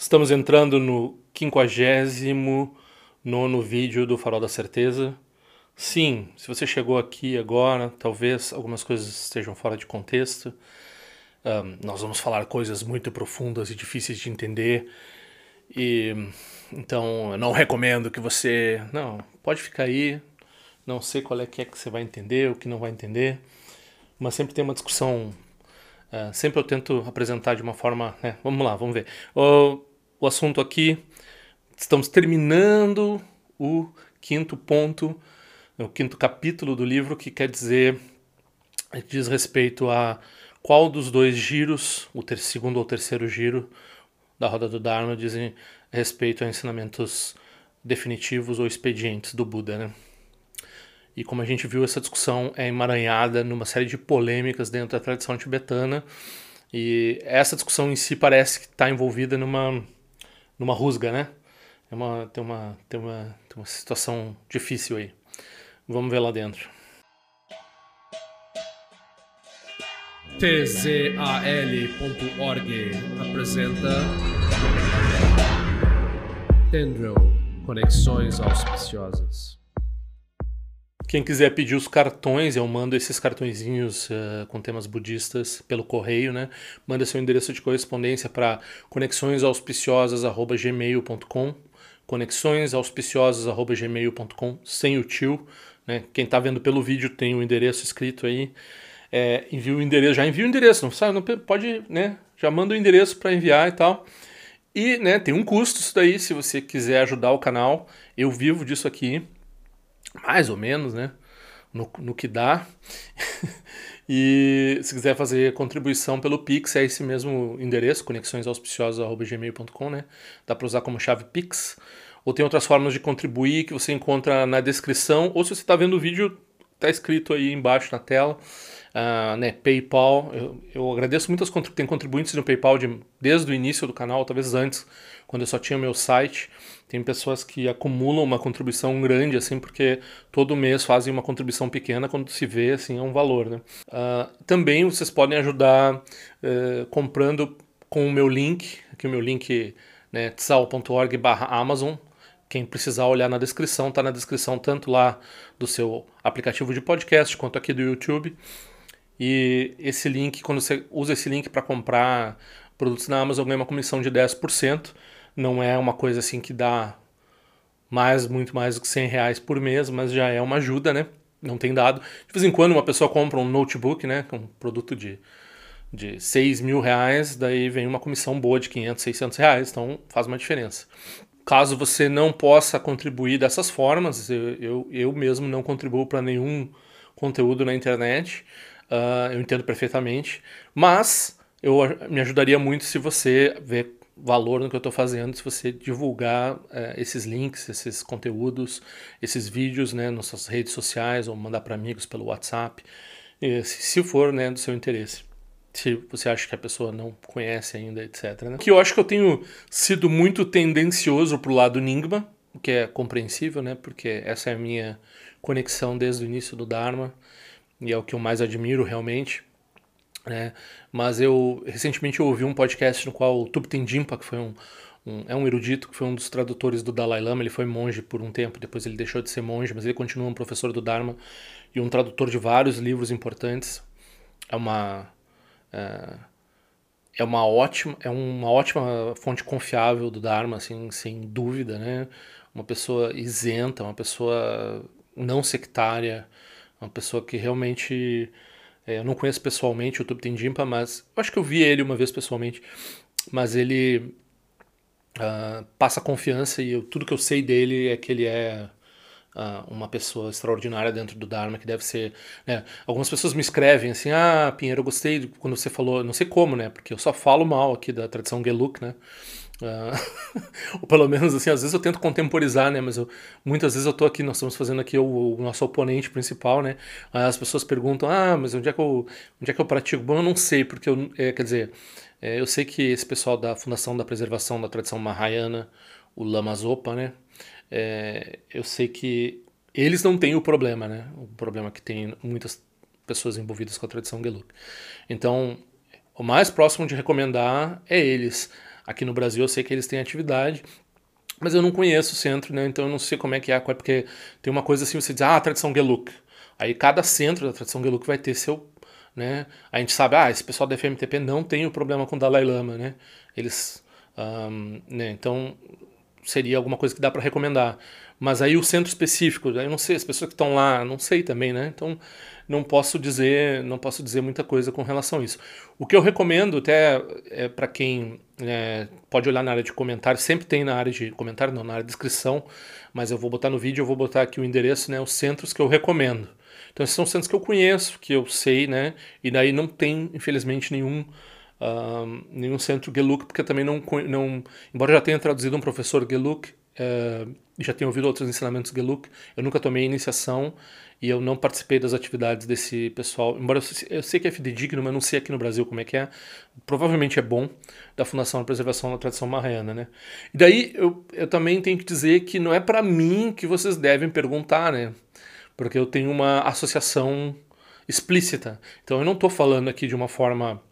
Estamos entrando no 59º vídeo do Farol da Certeza. Sim, se você chegou aqui agora, talvez algumas coisas estejam fora de contexto. Nós vamos falar coisas muito profundas e difíceis de entender. Então eu não recomendo que você... Não, pode ficar aí. Não sei qual é que você vai entender, o que não vai entender. Mas sempre tem uma discussão... sempre eu tento apresentar de uma forma... vamos lá, vamos ver. O assunto aqui... Estamos terminando o quinto ponto, o quinto capítulo do livro, que diz respeito a qual dos dois giros, segundo ou terceiro giro da roda do Dharma, dizem respeito a ensinamentos definitivos ou expedientes do Buda, né? E como a gente viu, essa discussão é emaranhada numa série de polêmicas dentro da tradição tibetana, e essa discussão em si parece que está envolvida numa rusga, né? Tem uma situação difícil aí. Vamos ver lá dentro. tzal.org apresenta Tendril, Conexões Auspiciosas. Quem quiser pedir os cartões, eu mando esses cartõezinhos com temas budistas pelo correio, né? Manda seu endereço de correspondência para conexõesauspiciosas@gmail.com, conexõesauspiciosas@gmail.com, sem o tio, né? Quem está vendo pelo vídeo tem o endereço escrito aí. Já envia o endereço, não pode, né? Já manda o endereço para enviar e tal. E, né, tem um custo isso daí, se você quiser ajudar o canal. Eu vivo disso aqui, mais ou menos, né? No que dá. E se quiser fazer contribuição pelo Pix, é esse mesmo endereço, conexõesauspiciosas@gmail.com, né? Dá para usar como chave Pix. Ou tem outras formas de contribuir que você encontra na descrição, ou se você está vendo o vídeo, está escrito aí embaixo na tela. Né, PayPal, eu agradeço muito tem contribuintes no PayPal desde o início do canal, talvez antes, quando eu só tinha o meu site. Tem pessoas que acumulam uma contribuição grande, assim, porque todo mês fazem uma contribuição pequena, quando se vê, assim, é um valor, né? Também vocês podem ajudar comprando com o meu link, aqui o meu link, né, tzal.org/Amazon. Quem precisar olhar na descrição, tá na descrição tanto lá do seu aplicativo de podcast, quanto aqui do YouTube. E esse link, quando você usa esse link para comprar produtos na Amazon, ganha uma comissão de 10%. Não é uma coisa assim que dá muito mais do que R$100 por mês, mas já é uma ajuda, né? Não tem dado. De vez em quando uma pessoa compra um notebook, né? Um produto de R$6.000, daí vem uma comissão boa de R$500, R$600, então faz uma diferença. Caso você não possa contribuir dessas formas, eu mesmo não contribuo para nenhum conteúdo na internet. Eu entendo perfeitamente, mas me ajudaria muito se você ver valor no que eu estou fazendo, se você divulgar esses links, esses conteúdos, esses vídeos, né, nas suas redes sociais, ou mandar para amigos pelo WhatsApp, se for, né, do seu interesse. Se você acha que a pessoa não conhece ainda, etc. Né? Que eu acho que eu tenho sido muito tendencioso pro lado Nyingma, o que é compreensível, né, porque essa é a minha conexão desde o início do Dharma, e é o que eu mais admiro realmente, né? Mas recentemente eu ouvi um podcast no qual o Thupten Jinpa, que foi um erudito, que foi um dos tradutores do Dalai Lama, ele foi monge por um tempo, depois ele deixou de ser monge, mas ele continua um professor do Dharma e um tradutor de vários livros importantes. É uma ótima fonte confiável do Dharma, assim, sem dúvida, né? Uma pessoa isenta, uma pessoa não sectária, uma pessoa que realmente... eu não conheço pessoalmente o Thupten Jinpa, mas eu acho que eu vi ele uma vez pessoalmente. Mas ele passa confiança, e tudo que eu sei dele é que ele é uma pessoa extraordinária dentro do Dharma, que deve ser... né? Algumas pessoas me escrevem assim: Pinheiro, eu gostei quando você falou... Não sei como, né? Porque eu só falo mal aqui da tradição Gelug, né? Ou pelo menos assim, às vezes eu tento contemporizar, né? Mas muitas vezes eu tô aqui, nós estamos fazendo aqui o nosso oponente principal, né? Aí as pessoas perguntam: mas onde é que eu pratico? Bom, eu não sei, porque quer dizer, eu sei que esse pessoal da Fundação da Preservação da Tradição Mahayana, o Lama Zopa, né? Eu sei que eles não têm o problema, né? O problema que tem muitas pessoas envolvidas com a tradição Gelug. Então, o mais próximo de recomendar é eles. Aqui no Brasil eu sei que eles têm atividade, mas eu não conheço o centro, né? Então eu não sei como é que é, porque tem uma coisa assim, você diz, a tradição Gelug. Aí cada centro da tradição Gelug vai ter seu, né? A gente sabe, esse pessoal da FMTP não tem o problema com o Dalai Lama, né? Eles, né? Então seria alguma coisa que dá para recomendar. Mas aí o centro específico, eu não sei, as pessoas que estão lá, não sei também, né? Então não posso dizer muita coisa com relação a isso. O que eu recomendo até para quem pode olhar na área de comentário, sempre tem na área de comentário, não, na área de descrição, mas eu vou botar no vídeo, eu vou botar aqui o endereço, né? Os centros que eu recomendo. Então esses são centros que eu conheço, que eu sei, né? E daí não tem, infelizmente, nenhum centro Gelug, porque também não, embora eu já tenha traduzido um professor Gelug, já tenho ouvido outros ensinamentos Gelug, eu nunca tomei iniciação e eu não participei das atividades desse pessoal, embora eu sei que é fidedigno, mas não sei aqui no Brasil como é que é, provavelmente é bom, da Fundação de Preservação da Tradição Mahayana, né? E daí eu também tenho que dizer que não é para mim que vocês devem perguntar, né? Porque eu tenho uma associação explícita, então eu não estou falando aqui de uma forma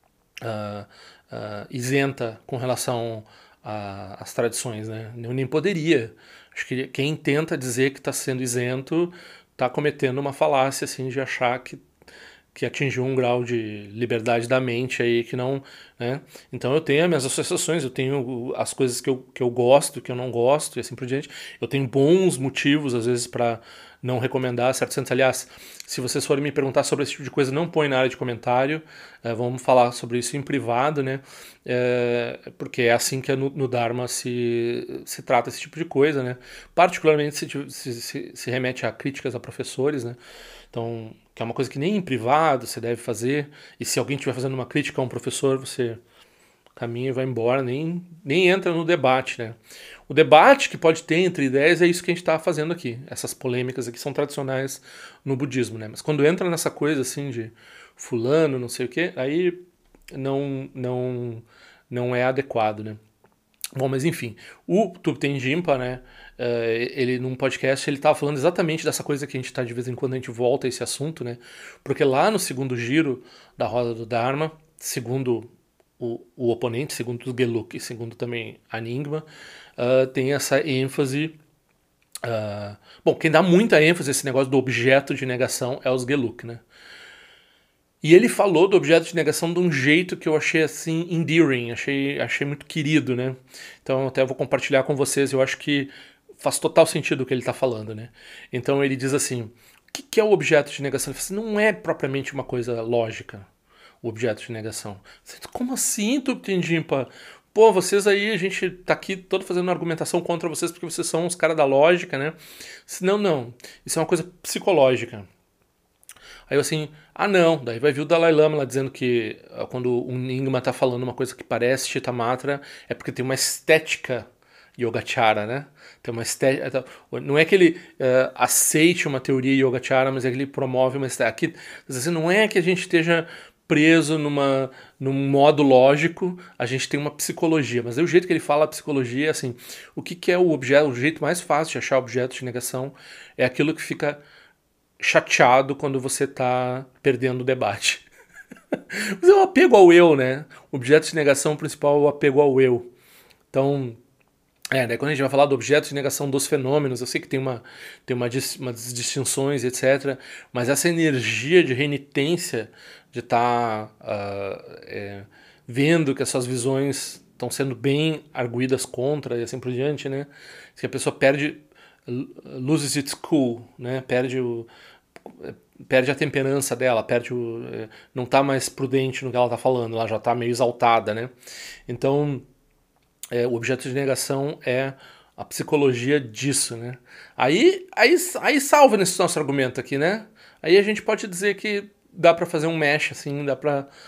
isenta com relação às tradições, né? Eu nem poderia. Acho que quem tenta dizer que está sendo isento está cometendo uma falácia assim, de achar que atingiu um grau de liberdade da mente aí que não, né? Então eu tenho as minhas associações, eu tenho as coisas que eu gosto, que eu não gosto e assim por diante. Eu tenho bons motivos às vezes para não recomendar certos centros. Aliás, se vocês forem me perguntar sobre esse tipo de coisa, não põe na área de comentário, vamos falar sobre isso em privado, né? Porque é assim que no Dharma se trata esse tipo de coisa, né? Particularmente se remete a críticas a professores, né? Então, que é uma coisa que nem em privado você deve fazer, e se alguém estiver fazendo uma crítica a um professor, você caminha e vai embora, nem entra no debate, né? O debate que pode ter entre ideias é isso que a gente está fazendo aqui. Essas polêmicas aqui são tradicionais no budismo, né? Mas quando entra nessa coisa assim de fulano, não sei o quê, aí não é adequado, né? Bom, mas enfim, o Thupten Jinpa, né, ele num podcast, ele estava falando exatamente dessa coisa que a gente está de vez em quando, a gente volta a esse assunto, né, porque lá no segundo giro da Roda do Dharma, segundo o oponente, segundo o Gelug e segundo também a Nyingma, tem essa ênfase. Bom, quem dá muita ênfase a esse negócio do objeto de negação é os Gelug, né? E ele falou do objeto de negação de um jeito que eu achei assim endearing, achei muito querido, né? Então até vou compartilhar com vocês, eu acho que faz total sentido o que ele está falando, né? Então ele diz assim, o que é o objeto de negação? Ele fala assim, não é propriamente uma coisa lógica, o objeto de negação. Como assim, Thupten Jinpa? Pô, vocês aí, a gente tá aqui todo fazendo argumentação contra vocês porque vocês são os caras da lógica, né? Não, isso é uma coisa psicológica. Aí eu assim, não, daí vai vir o Dalai Lama lá dizendo que quando um Nyingma tá falando uma coisa que parece Chittamatra, é porque tem uma estética Yogacara, né? Tem uma estética, não é que ele aceite uma teoria Yogacara, mas é que ele promove uma estética. Aqui, assim, não é que a gente esteja preso num modo lógico, a gente tem uma psicologia, mas o jeito que ele fala a psicologia é assim, o que é o objeto, o jeito mais fácil de achar objeto de negação é aquilo que fica chateado quando você está perdendo o debate. Mas é o apego ao eu, né? O objeto de negação principal é o apego ao eu. Então, daí quando a gente vai falar do objeto de negação dos fenômenos, eu sei que tem umas distinções, etc. Mas essa energia de renitência, de estar vendo que as suas visões estão sendo bem arguídas contra e assim por diante, né? Que a pessoa loses its cool, né? Perde a temperança dela, não tá mais prudente no que ela tá falando, ela já tá meio exaltada, né? Então, o objeto de negação é a psicologia disso, né? Aí salva nesse nosso argumento aqui, né? Aí a gente pode dizer que dá para fazer um mesh, assim, dá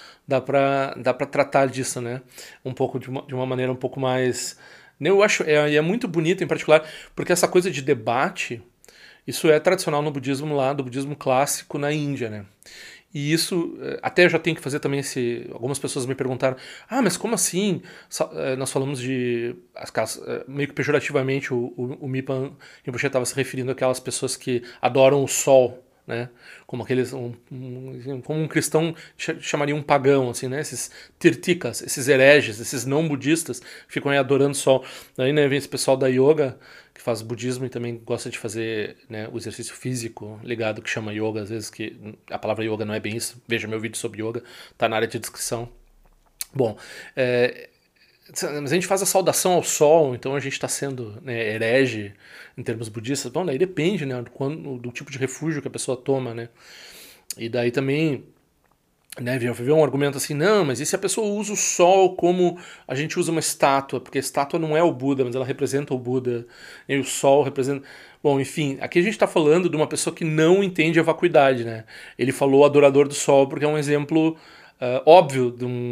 pra tratar disso, né? Um pouco de uma maneira um pouco mais... Eu acho, é muito bonito em particular, porque essa coisa de debate, isso é tradicional no budismo lá, do budismo clássico na Índia, né? E isso, até eu já tenho que fazer também algumas pessoas me perguntaram, mas como assim? Nós falamos meio que pejorativamente, o Mipan Rinpoche estava se referindo àquelas pessoas que adoram o sol, né? Como aqueles, como um cristão chamaria um pagão, assim, né? Esses tirtikas, esses hereges, esses não budistas, ficam aí adorando o sol. Daí, né, vem esse pessoal da yoga, que faz budismo e também gosta de fazer, né, o exercício físico ligado, que chama yoga, às vezes, que a palavra yoga não é bem isso. Veja meu vídeo sobre yoga, tá na área de descrição. Bom, mas a gente faz a saudação ao sol, então a gente está sendo, né, herege em termos budistas. Bom, daí depende, né, do tipo de refúgio que a pessoa toma, né. E daí também, né, ver um argumento assim, não, mas e se a pessoa usa o sol como a gente usa uma estátua? Porque a estátua não é o Buda, mas ela representa o Buda, e o sol representa... Bom, enfim, aqui a gente está falando de uma pessoa que não entende a vacuidade, né. Ele falou adorador do sol porque é um exemplo óbvio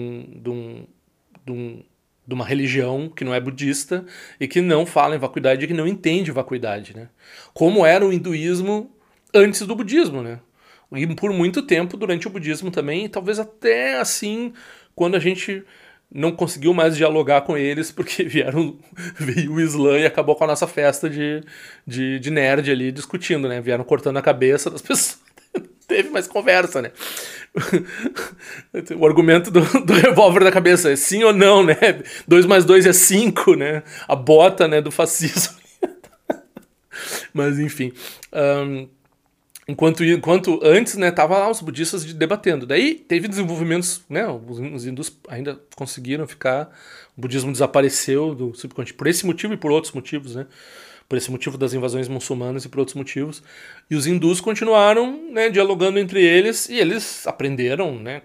de uma religião que não é budista e que não fala em vacuidade e que não entende vacuidade, né? Como era o hinduísmo antes do budismo, né? E por muito tempo durante o budismo também, e talvez até assim, quando a gente não conseguiu mais dialogar com eles porque veio o Islã e acabou com a nossa festa de nerd ali discutindo, né? Vieram cortando a cabeça das pessoas. Teve mais conversa, né? O argumento do revólver da cabeça é sim ou não, né? 2 mais 2 é 5, né? A bota, né, do fascismo. Mas, enfim. Enquanto antes, né, tava lá os budistas debatendo. Daí teve desenvolvimentos, né? Os hindus ainda conseguiram ficar... O budismo desapareceu do subcontinente por esse motivo e por outros motivos, né? Por esse motivo das invasões muçulmanas e por outros motivos. E os hindus continuaram, né, dialogando entre eles, e eles aprenderam, né,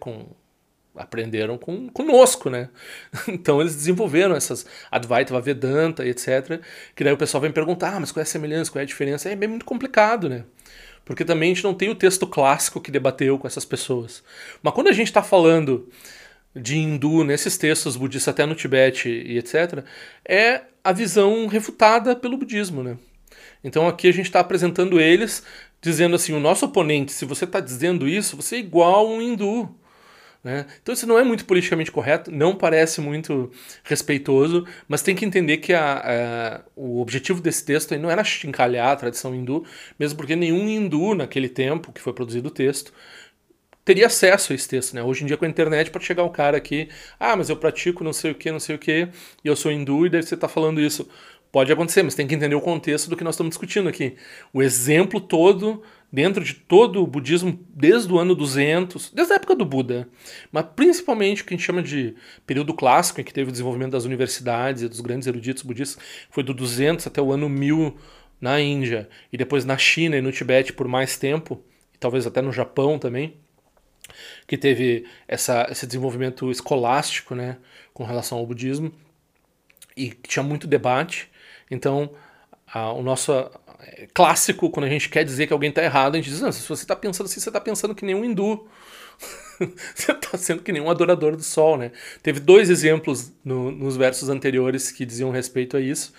conosco, né? Então eles desenvolveram essas Advaita Vedanta e etc. Que daí o pessoal vem perguntar, mas qual é a semelhança, qual é a diferença? É bem muito complicado, né? Porque também a gente não tem o texto clássico que debateu com essas pessoas. Mas quando a gente está falando de hindu nesses textos budistas, até no Tibete e etc., é a visão refutada pelo budismo, né? Então aqui a gente está apresentando eles, dizendo assim, o nosso oponente, se você está dizendo isso, você é igual a um hindu, né? Então isso não é muito politicamente correto, não parece muito respeitoso, mas tem que entender que o objetivo desse texto aí não era chincalhar a tradição hindu, mesmo porque nenhum hindu naquele tempo que foi produzido o texto teria acesso a esse texto, né? Hoje em dia com a internet pode chegar um cara aqui, mas eu pratico não sei o que, e eu sou hindu e daí você está falando isso. Pode acontecer, mas tem que entender o contexto do que nós estamos discutindo aqui. O exemplo todo, dentro de todo o budismo, desde o ano 200, desde a época do Buda, mas principalmente o que a gente chama de período clássico, em que teve o desenvolvimento das universidades e dos grandes eruditos budistas, foi do 200 até o ano 1000 na Índia, e depois na China e no Tibete por mais tempo, e talvez até no Japão também, que teve esse desenvolvimento escolástico, né, com relação ao budismo, e tinha muito debate. Então, o nosso clássico, quando a gente quer dizer que alguém está errado, a gente diz, não, se você está pensando assim, você está pensando que nem um hindu. Você está sendo que nem um adorador do sol, né? Teve 2 exemplos nos versos anteriores que diziam respeito a isso.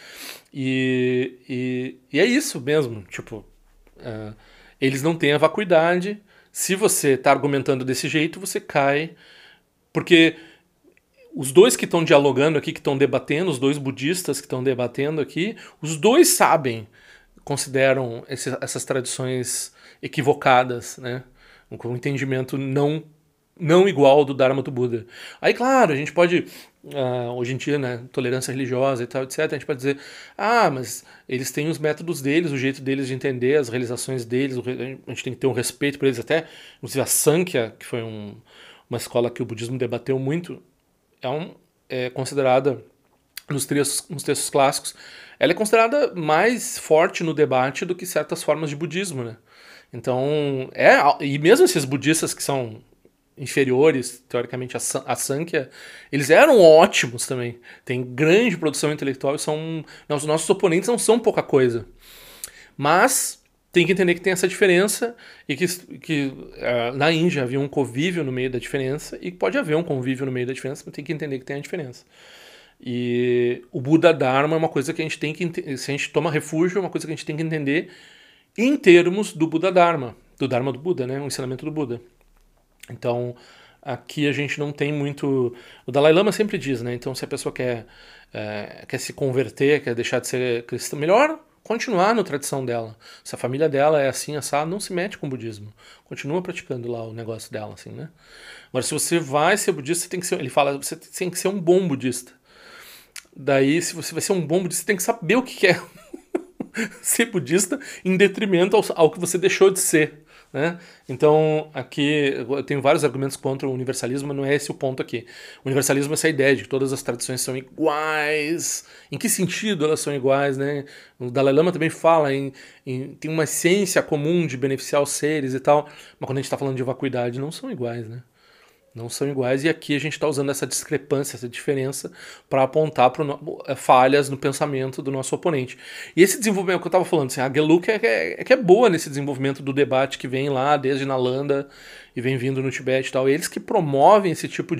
E é isso mesmo. Tipo, eles não têm a vacuidade. Se você está argumentando desse jeito, você cai. Porque os 2 que estão dialogando aqui, que estão debatendo, os 2 budistas que estão debatendo aqui, os 2 sabem, consideram essas tradições equivocadas, né? Com um entendimento não igual do Dharma do Buda. Aí, claro, a gente pode, hoje em dia, né, tolerância religiosa e tal, etc., a gente pode dizer, mas eles têm os métodos deles, o jeito deles de entender, as realizações deles, a gente tem que ter um respeito por eles, até, inclusive a Sankhya, que foi uma escola que o budismo debateu muito, é considerada, nos textos clássicos, ela é considerada mais forte no debate do que certas formas de budismo, né? Então, e mesmo esses budistas que são inferiores, teoricamente, a Sankhya, eles eram ótimos também. Tem grande produção intelectual e os nossos oponentes não são pouca coisa. Mas tem que entender que tem essa diferença e que na Índia havia um convívio no meio da diferença e pode haver um convívio no meio da diferença, mas tem que entender que tem a diferença. E o Buda Dharma é uma coisa que a gente tem que... Se a gente toma refúgio, é uma coisa que a gente tem que entender em termos do Buda Dharma, do Dharma do Buda, né? O ensinamento do Buda. Então, aqui a gente não tem muito... O Dalai Lama sempre diz, né? Então, se a pessoa quer se converter, quer deixar de ser cristão, melhor continuar na tradição dela. Se a família dela é assim, assado, não se mete com o budismo. Continua praticando lá o negócio dela, assim, né? Agora, se você vai ser budista, você tem que ser, ele fala, você tem que ser um bom budista. Daí, se você vai ser um bom budista, você tem que saber o que é ser budista em detrimento ao que você deixou de ser. Né? Então, aqui eu tenho vários argumentos contra o universalismo, mas não é esse o ponto aqui. O universalismo é essa ideia de que todas as tradições são iguais. Em que sentido elas são iguais? Né? O Dalai Lama também fala tem uma essência comum de beneficiar os seres e tal, mas quando a gente está falando de vacuidade, não são iguais. Né? Não são iguais, e aqui a gente está usando essa discrepância, essa diferença, para apontar para falhas no pensamento do nosso oponente. E esse desenvolvimento que eu estava falando, assim, a Geluk é boa nesse desenvolvimento do debate que vem lá desde Nalanda e vem vindo no Tibete e tal. Eles que promovem esse tipo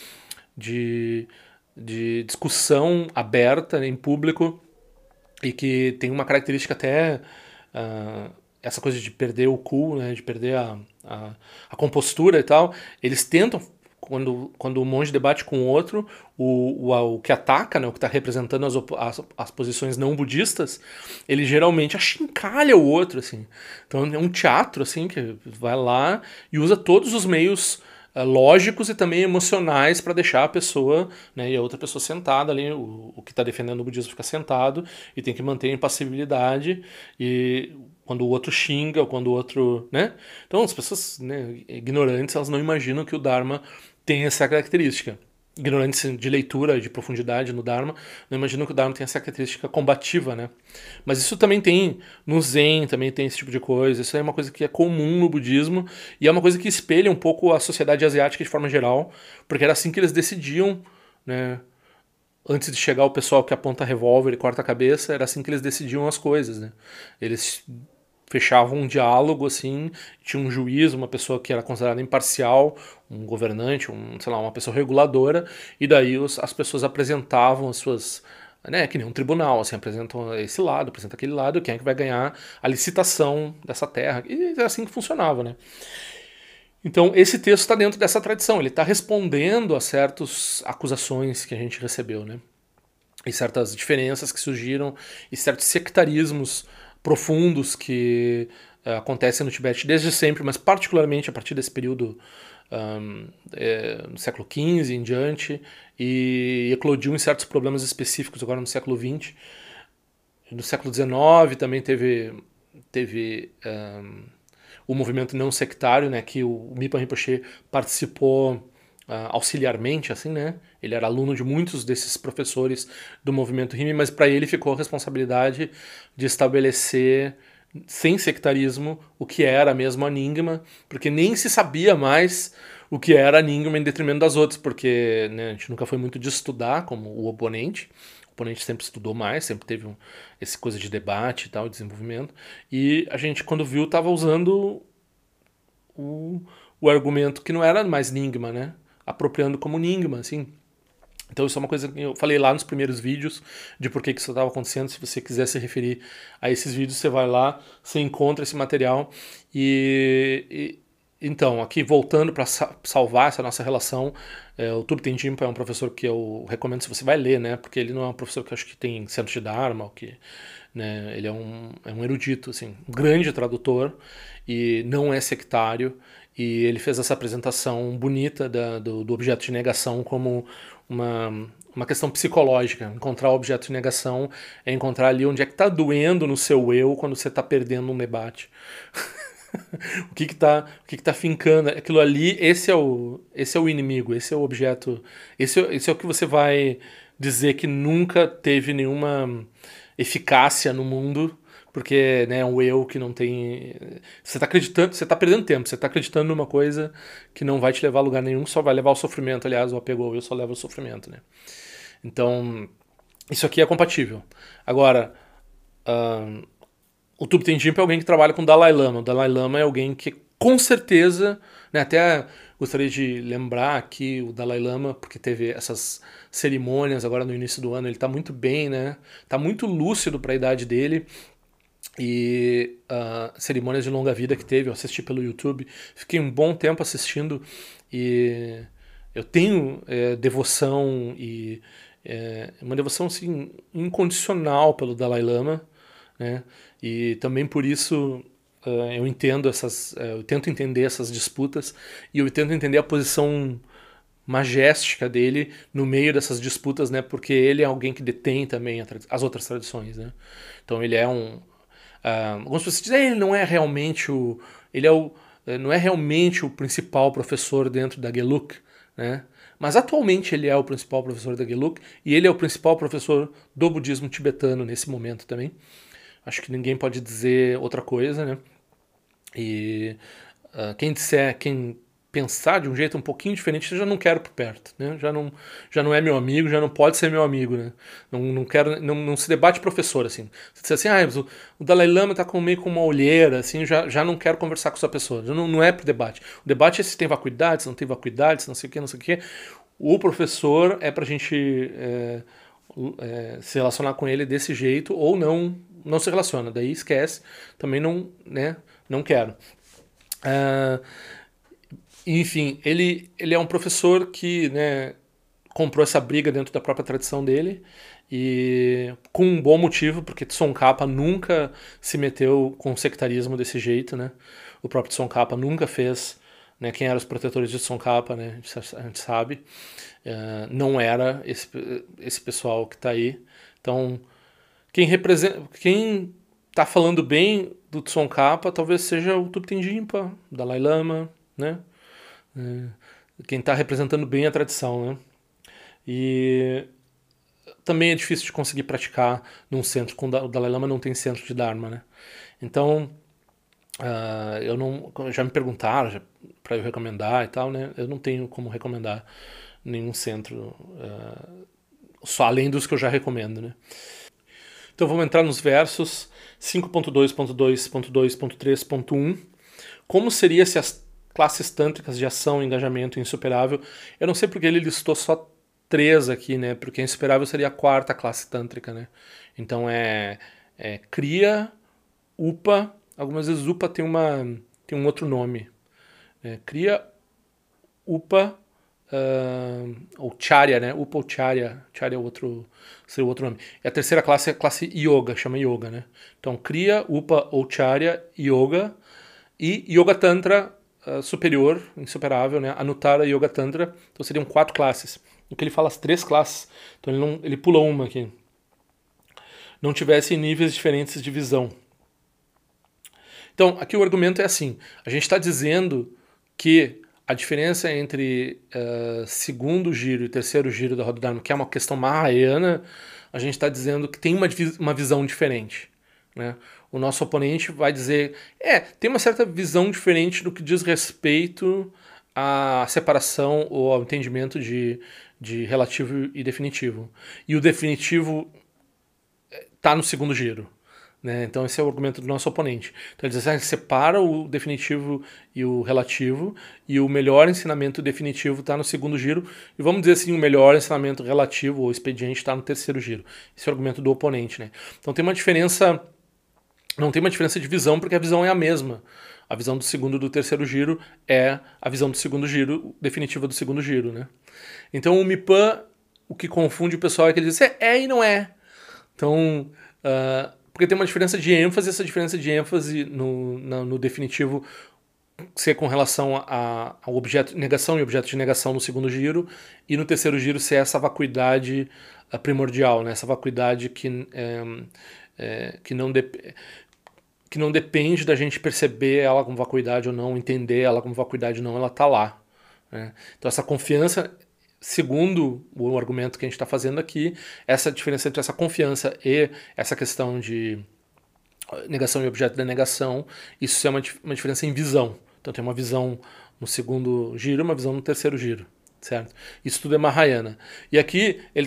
de discussão aberta em público e que tem uma característica até... essa coisa de perder o cool, né, de perder a compostura e tal, eles tentam, quando o monge debate com o outro, o que ataca, né, o que está representando as posições não budistas, ele geralmente achincalha o outro, assim. Então é um teatro, assim, que vai lá e usa todos os meios lógicos e também emocionais para deixar a pessoa, né, e a outra pessoa sentada ali, o que está defendendo o budismo fica sentado e tem que manter a impassibilidade, e quando o outro xinga, ou quando o outro, né? Então as pessoas, né, ignorantes, elas não imaginam que o Dharma tem essa característica. Ignorantes de leitura, de profundidade no Dharma, não imaginam que o Dharma tem essa característica combativa, né? Mas isso também tem no Zen, também tem esse tipo de coisa. Isso é uma coisa que é comum no budismo e é uma coisa que espelha um pouco a sociedade asiática de forma geral, porque era assim que eles decidiam, né? Antes de chegar o pessoal que aponta revólver e corta a cabeça, era assim que eles decidiam as coisas, né? Eles fechavam um diálogo, assim, tinha um juiz, uma pessoa que era considerada imparcial, um governante, sei lá, uma pessoa reguladora, e daí as pessoas apresentavam as suas... Né, que nem um tribunal, assim, apresentam esse lado, apresenta aquele lado, quem é que vai ganhar a licitação dessa terra. E é assim que funcionava, né? Então, esse texto está dentro dessa tradição, ele está respondendo a certas acusações que a gente recebeu, né? E certas diferenças que surgiram, e certos sectarismos profundos que acontecem no Tibete desde sempre, mas particularmente a partir desse período no século XV em diante, e eclodiu em certos problemas específicos agora no século XX. No século XIX também teve o movimento não sectário, né, que o Mipa Rinpoche participou auxiliarmente, assim, né? Ele era aluno de muitos desses professores do movimento Rinpoche, mas para ele ficou a responsabilidade de estabelecer, sem sectarismo, o que era mesmo a Nyingma, porque nem se sabia mais o que era a Nyingma em detrimento das outras, porque, né, a gente nunca foi muito de estudar como o oponente. O oponente sempre estudou mais, sempre teve essa coisa de debate e tal, desenvolvimento. E a gente, quando viu, estava usando o argumento que não era mais Nyingma, né? Apropriando como Nyingma, assim. Então isso é uma coisa que eu falei lá nos primeiros vídeos de por que isso estava acontecendo. Se você quiser se referir a esses vídeos, você vai lá, você encontra esse material. Então, aqui voltando para salvar essa nossa relação, o Thupten Jinpa é um professor que eu recomendo se você vai ler, né? Porque ele não é um professor que eu acho que tem centro de Dharma, né? Ele é um erudito, assim, um grande tradutor e não é sectário. E ele fez essa apresentação bonita do objeto de negação como uma questão psicológica. Encontrar o objeto de negação é encontrar ali onde é que está doendo no seu eu quando você está perdendo um debate. O que tá fincando? Aquilo ali, esse é o inimigo, esse é o objeto, esse é o que você vai dizer que nunca teve nenhuma eficácia no mundo, porque, né, é um eu que não tem... Você tá acreditando, você tá perdendo tempo, você tá acreditando numa coisa que não vai te levar a lugar nenhum, só vai levar ao sofrimento. Aliás, o apego ao eu só leva ao sofrimento, né? Então, isso aqui é compatível. Agora, o Thupten Jinpa é alguém que trabalha com o Dalai Lama. O Dalai Lama é alguém que, com certeza, né, até gostaria de lembrar aqui o Dalai Lama, porque teve essas cerimônias agora no início do ano, ele está muito bem, né? Tá muito lúcido para a idade dele. E cerimônias de longa vida que teve, eu assisti pelo YouTube, fiquei um bom tempo assistindo e eu tenho devoção e uma devoção assim, incondicional pelo Dalai Lama. né? E também por isso eu entendo eu tento entender essas disputas e eu tento entender a posição magéstica dele no meio dessas disputas, né? Porque ele é alguém que detém também as outras tradições, né? Então ele é algumas pessoas dizem, ele não é realmente não é realmente o principal professor dentro da Gelug, né? Mas atualmente ele é o principal professor da Gelug e ele é o principal professor do budismo tibetano nesse momento também. Acho que ninguém pode dizer outra coisa, né? E quem pensar de um jeito um pouquinho diferente, eu já não quero por perto, né? Já não é meu amigo, já não pode ser meu amigo, né? Não quero, não se debate professor, assim. Se disser assim, mas o Dalai Lama tá meio com uma olheira, assim, já não quero conversar com essa pessoa. Já não é pro debate. O debate é se tem vacuidade, se não tem vacuidade, se não sei o que, não sei o que. O professor é pra gente se relacionar com ele desse jeito ou não se relaciona. Daí esquece. Também não quero. Enfim, ele é um professor que, né, comprou essa briga dentro da própria tradição dele e com um bom motivo, porque Tsongkhapa nunca se meteu com o sectarismo desse jeito, né? O próprio Tsongkhapa nunca fez, né? Quem eram os protetores de Tsongkhapa, né? A gente sabe. Não era esse pessoal que está aí. Então, quem tá falando bem do Tsongkhapa talvez seja o Thupten Jinpa, Dalai Lama, né? Quem está representando bem a tradição, né? E também é difícil de conseguir praticar num centro, o Dalai Lama não tem centro de Dharma, né? Então, eu não, já me perguntaram para eu recomendar e tal, né? Eu não tenho como recomendar nenhum centro, só além dos que eu já recomendo, né? Então vamos entrar nos versos 5.2.2.2.3.1. Como seria se as classes tântricas de ação, engajamento e insuperável... Eu não sei porque ele listou só 3 aqui, né? Porque a insuperável seria a 4ª classe tântrica, né? Então é Kriya, Upa... Algumas vezes Upa tem um outro nome. Kriya, Upa... ou Charya, né? Upa ou Charya. Charya seria o outro nome. E a 3ª classe é a classe Yoga, chama Yoga, né? Então Kriya, Upa ou Charya, Yoga... E Yoga Tantra superior, insuperável, né? Anuttara Yoga Tantra. Então seriam 4 classes. No que ele fala as 3 classes. Então ele pula uma aqui. Não tivesse níveis diferentes de visão. Então, aqui o argumento é assim. A gente está dizendo que a diferença entre segundo giro e terceiro giro da roda Dharma, que é uma questão mahayana, a gente está dizendo que tem uma visão diferente, né? O nosso oponente vai dizer, tem uma certa visão diferente no que diz respeito à separação ou ao entendimento de relativo e definitivo. E o definitivo está no segundo giro, né? Então esse é o argumento do nosso oponente. Então ele diz assim, separa o definitivo e o relativo, e o melhor ensinamento definitivo está no segundo giro, e vamos dizer assim, o melhor ensinamento relativo ou expediente está no terceiro giro. Esse é o argumento do oponente, né? Então tem uma diferença... Não tem uma diferença de visão, porque a visão é a mesma. A visão do segundo e do terceiro giro é a visão do segundo giro, definitiva do segundo giro, né? Então o Mipan, o que confunde o pessoal é que ele diz e não é. Então, porque tem uma diferença de ênfase, essa diferença de ênfase no definitivo ser com relação ao objeto de negação e objeto de negação no segundo giro, e no terceiro giro ser essa vacuidade primordial, né? Essa vacuidade que não depende da gente perceber ela como vacuidade ou não, entender ela como vacuidade ou não, ela está lá, né? Então essa confiança, segundo o argumento que a gente está fazendo aqui, essa diferença entre essa confiança e essa questão de negação e objeto da negação, isso é uma diferença em visão. Então tem uma visão no segundo giro e uma visão no terceiro giro, certo? Isso tudo é Mahayana. E aqui ele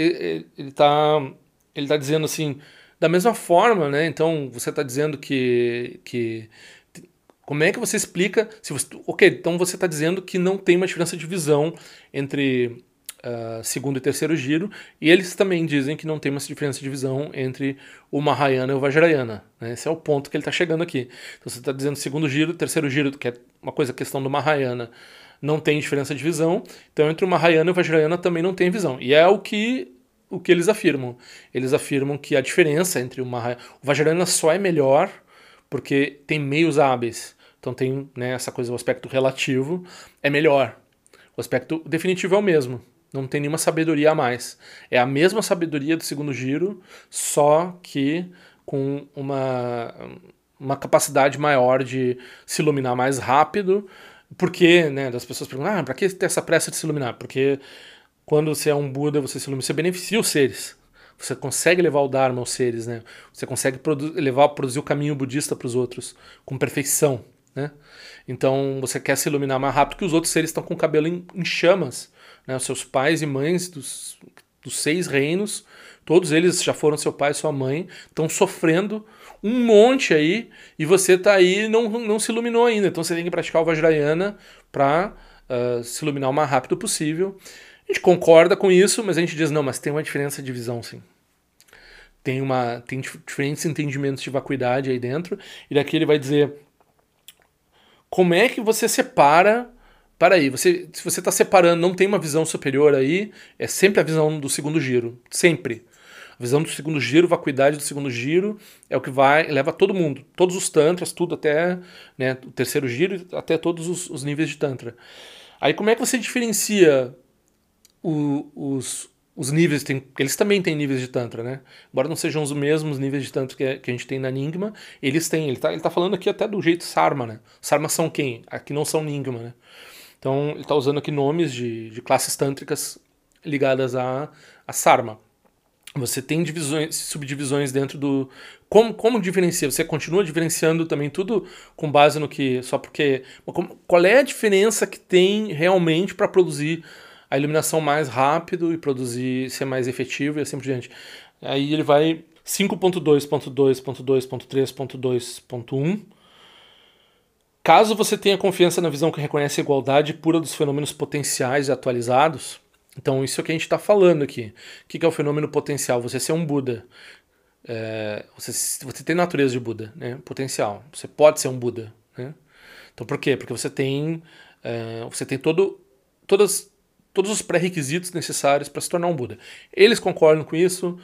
tá dizendo assim, da mesma forma, né? Então você está dizendo que como é que você explica? Então você está dizendo que não tem uma diferença de visão entre segundo e terceiro giro, e eles também dizem que não tem uma diferença de visão entre o Mahayana e o Vajrayana, né? Esse é o ponto que ele está chegando aqui. Então você está dizendo segundo giro, terceiro giro, que é uma questão do Mahayana, não tem diferença de visão. Então entre o Mahayana e o Vajrayana também não tem visão. E é o que o que eles afirmam. Eles afirmam que a diferença entre o Vajrayana só é melhor porque tem meios hábeis. Então tem, né, essa coisa, o aspecto relativo é melhor. O aspecto definitivo é o mesmo. Não tem nenhuma sabedoria a mais. É a mesma sabedoria do segundo giro, só que com uma capacidade maior de se iluminar mais rápido. Porque, né, das pessoas perguntam, pra que ter essa pressa de se iluminar? Porque quando você é um Buda, você se ilumina, você beneficia os seres. Você consegue levar o Dharma aos seres, né? Você consegue produzir o caminho budista para os outros com perfeição, né? Então você quer se iluminar mais rápido que os outros seres estão com o cabelo em chamas, né? Os seus pais e mães dos 6 reinos, todos eles já foram seu pai e sua mãe, estão sofrendo um monte aí e você tá aí e não se iluminou ainda. Então você tem que praticar o Vajrayana para se iluminar o mais rápido possível. A gente concorda com isso, mas a gente diz, não, mas tem uma diferença de visão, sim. Tem diferentes entendimentos de vacuidade aí dentro, e daqui ele vai dizer como é que você separa. Para aí, se você está separando, não tem uma visão superior aí, é sempre a visão do segundo giro, sempre. A visão do segundo giro, vacuidade do segundo giro, é o que leva todo mundo, todos os tantras, tudo até, né, o terceiro giro, até todos os níveis de tantra. Aí como é que você diferencia os níveis? Eles também têm níveis de tantra, né? Embora não sejam os mesmos níveis de tantra que a gente tem na Nyingma, eles têm. Ele tá falando aqui até do jeito Sarma, né? Sarma são quem? Aqui não são Nyingma, né? Então ele está usando aqui nomes de classes tântricas ligadas a Sarma. Você tem subdivisões dentro do... Como diferencia? Você continua diferenciando também tudo com base no que... Só porque... Qual é a diferença que tem realmente para produzir a iluminação mais rápido e produzir, ser mais efetivo e assim por diante? Aí ele vai 5.2.2.2.3.2.1. Caso você tenha confiança na visão que reconhece a igualdade pura dos fenômenos potenciais e atualizados, então isso é o que a gente está falando aqui. O que é o fenômeno potencial? Você ser um Buda. Você tem natureza de Buda, né? Potencial. Você pode ser um Buda, né? Então por quê? Porque você tem todos os pré-requisitos necessários para se tornar um Buda. Eles concordam com isso.